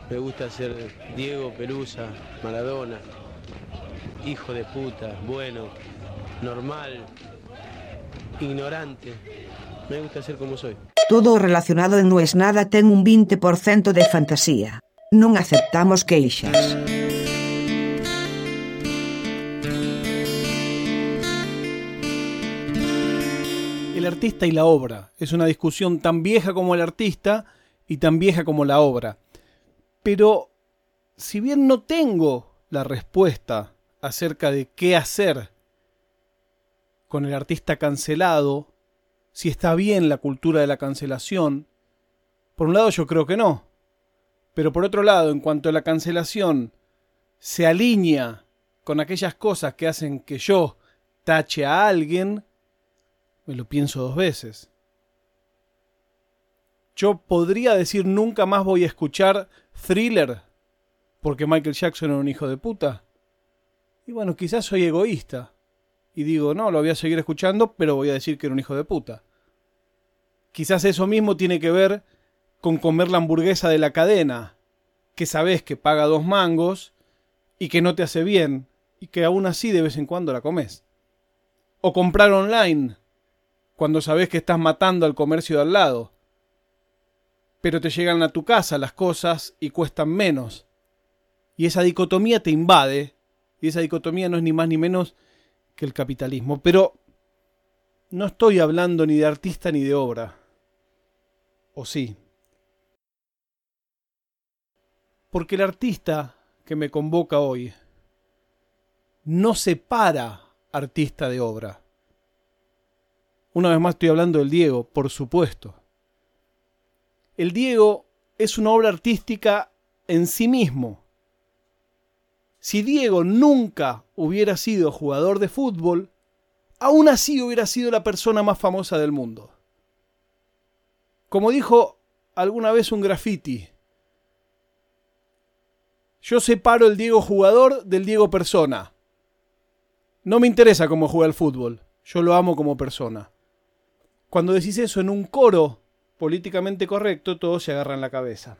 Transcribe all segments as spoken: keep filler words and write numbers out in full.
Me gusta ser Diego, Pelusa, Maradona, hijo de puta, bueno, normal, ignorante. Me gusta ser como soy. Todo o relacionado en No es nada ten un vinte por cento de fantasía. Non aceptamos queixas. El artista y la obra es una discusión tan vieja como el artista y tan vieja como la obra. Pero si bien no tengo la respuesta acerca de qué hacer con el artista cancelado, si está bien la cultura de la cancelación, por un lado yo creo que no. Pero por otro lado, en cuanto a la cancelación se alinea con aquellas cosas que hacen que yo tache a alguien, me lo pienso dos veces. Yo podría decir nunca más voy a escuchar Thriller porque Michael Jackson era un hijo de puta. Y bueno, quizás soy egoísta y digo, no, lo voy a seguir escuchando, pero voy a decir que era un hijo de puta. Quizás eso mismo tiene que ver con comer la hamburguesa de la cadena, que sabes que paga dos mangos y que no te hace bien, y que aún así de vez en cuando la comes. O comprar online, cuando sabes que estás matando al comercio de al lado, pero te llegan a tu casa las cosas y cuestan menos. Y esa dicotomía te invade, y esa dicotomía no es ni más ni menos que el capitalismo. Pero no estoy hablando ni de artista ni de obra. ¿O sí? Porque el artista que me convoca hoy no separa artista de obra. Una vez más estoy hablando del Diego, por supuesto. El Diego es una obra artística en sí mismo. Si Diego nunca hubiera sido jugador de fútbol, aún así hubiera sido la persona más famosa del mundo. Como dijo alguna vez un graffiti, yo separo el Diego jugador del Diego persona. No me interesa cómo juega el fútbol, yo lo amo como persona. Cuando decís eso en un coro políticamente correcto, todos se agarran la cabeza.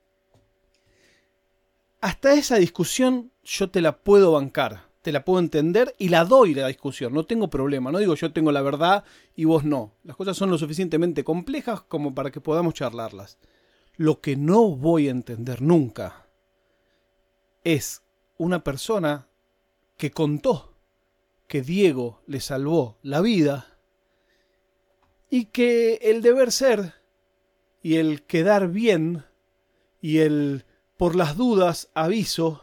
Hasta esa discusión yo te la puedo bancar, te la puedo entender y la doy la discusión, no tengo problema. No digo yo tengo la verdad y vos no. Las cosas son lo suficientemente complejas como para que podamos charlarlas. Lo que no voy a entender nunca es una persona que contó que Diego le salvó la vida y que el deber ser y el quedar bien y el por las dudas aviso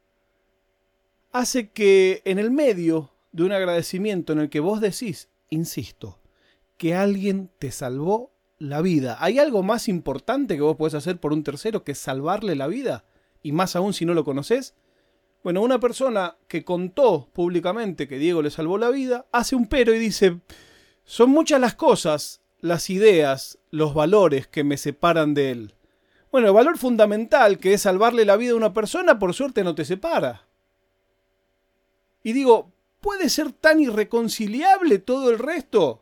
hace que en el medio de un agradecimiento en el que vos decís, insisto, que alguien te salvó la vida. ¿Hay algo más importante que vos podés hacer por un tercero que salvarle la vida? Y más aún si no lo conocés. Bueno, una persona que contó públicamente que Diego le salvó la vida, hace un pero y dice, son muchas las cosas, las ideas, los valores que me separan de él. Bueno, el valor fundamental que es salvarle la vida a una persona, por suerte no te separa. Y digo, ¿puede ser tan irreconciliable todo el resto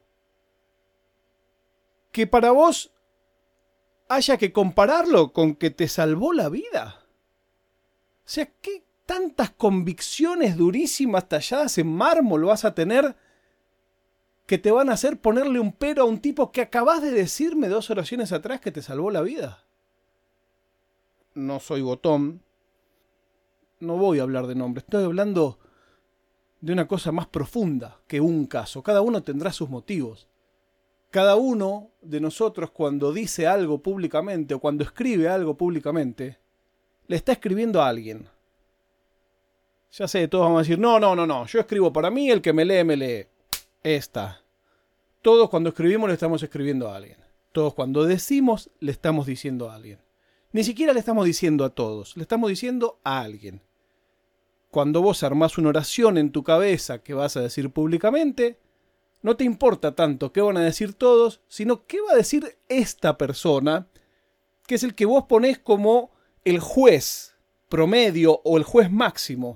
que para vos haya que compararlo con que te salvó la vida? O sea, ¿qué tantas convicciones durísimas talladas en mármol vas a tener que te van a hacer ponerle un pero a un tipo que acabas de decirme dos oraciones atrás que te salvó la vida? No soy botón, no voy a hablar de nombres, estoy hablando de una cosa más profunda que un caso. Cada uno tendrá sus motivos. Cada uno de nosotros cuando dice algo públicamente o cuando escribe algo públicamente, le está escribiendo a alguien. Ya sé, todos vamos a decir, no, no, no, no, yo escribo para mí, el que me lee, me lee. Esta. Todos cuando escribimos le estamos escribiendo a alguien. Todos cuando decimos le estamos diciendo a alguien. Ni siquiera le estamos diciendo a todos, le estamos diciendo a alguien. Cuando vos armás una oración en tu cabeza que vas a decir públicamente, no te importa tanto qué van a decir todos, sino qué va a decir esta persona, que es el que vos ponés como el juez promedio o el juez máximo,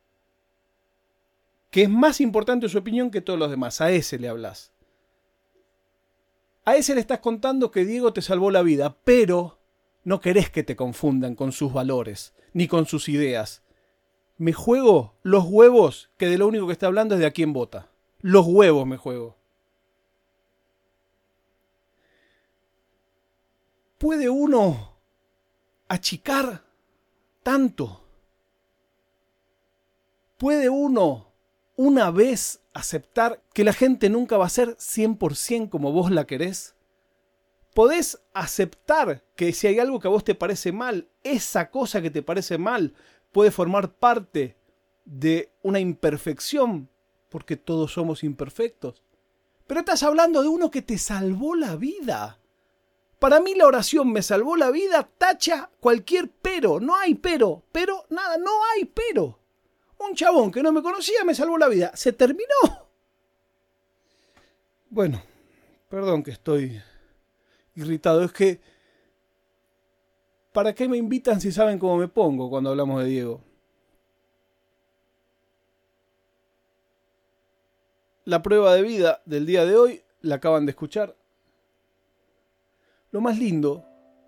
que es más importante su opinión que todos los demás. A ese le hablas. A ese le estás contando que Diego te salvó la vida, pero No querés que te confundan con sus valores, ni con sus ideas. Me juego los huevos, que de lo único que está hablando es de a quién vota. Los huevos me juego. ¿Puede uno achicar tanto? ¿Puede uno una vez aceptar que la gente nunca va a ser cien por ciento como vos la querés? ¿Podés aceptar que si hay algo que a vos te parece mal, esa cosa que te parece mal puede formar parte de una imperfección? Porque todos somos imperfectos. Pero estás hablando de uno que te salvó la vida. Para mí la oración me salvó la vida, tacha cualquier pero. No hay pero, pero, nada, no hay pero. Un chabón que no me conocía me salvó la vida. Se terminó. Bueno, perdón que estoy irritado. Es que, ¿para qué me invitan si saben cómo me pongo cuando hablamos de Diego? La prueba de vida del día de hoy la acaban de escuchar. Lo más lindo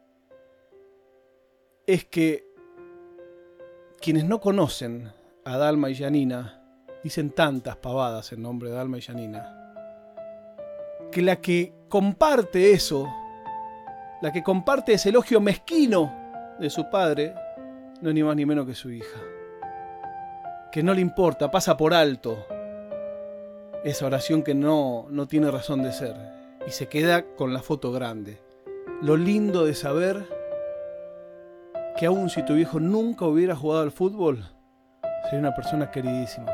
es que quienes no conocen a Dalma y Janina dicen tantas pavadas en nombre de Dalma y Janina, que la que comparte eso, la que comparte ese elogio mezquino de su padre, no es ni más ni menos que su hija. Que no le importa, pasa por alto esa oración que no, no tiene razón de ser y se queda con la foto grande. Lo lindo de saber que aun si tu viejo nunca hubiera jugado al fútbol, sería una persona queridísima.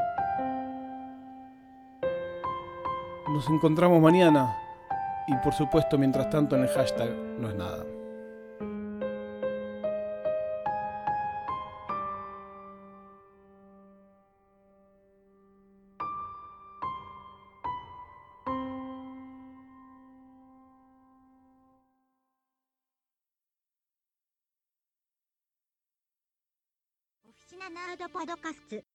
Nos encontramos mañana y por supuesto mientras tanto en el hashtag no es nada. Oficina Nerd Podcast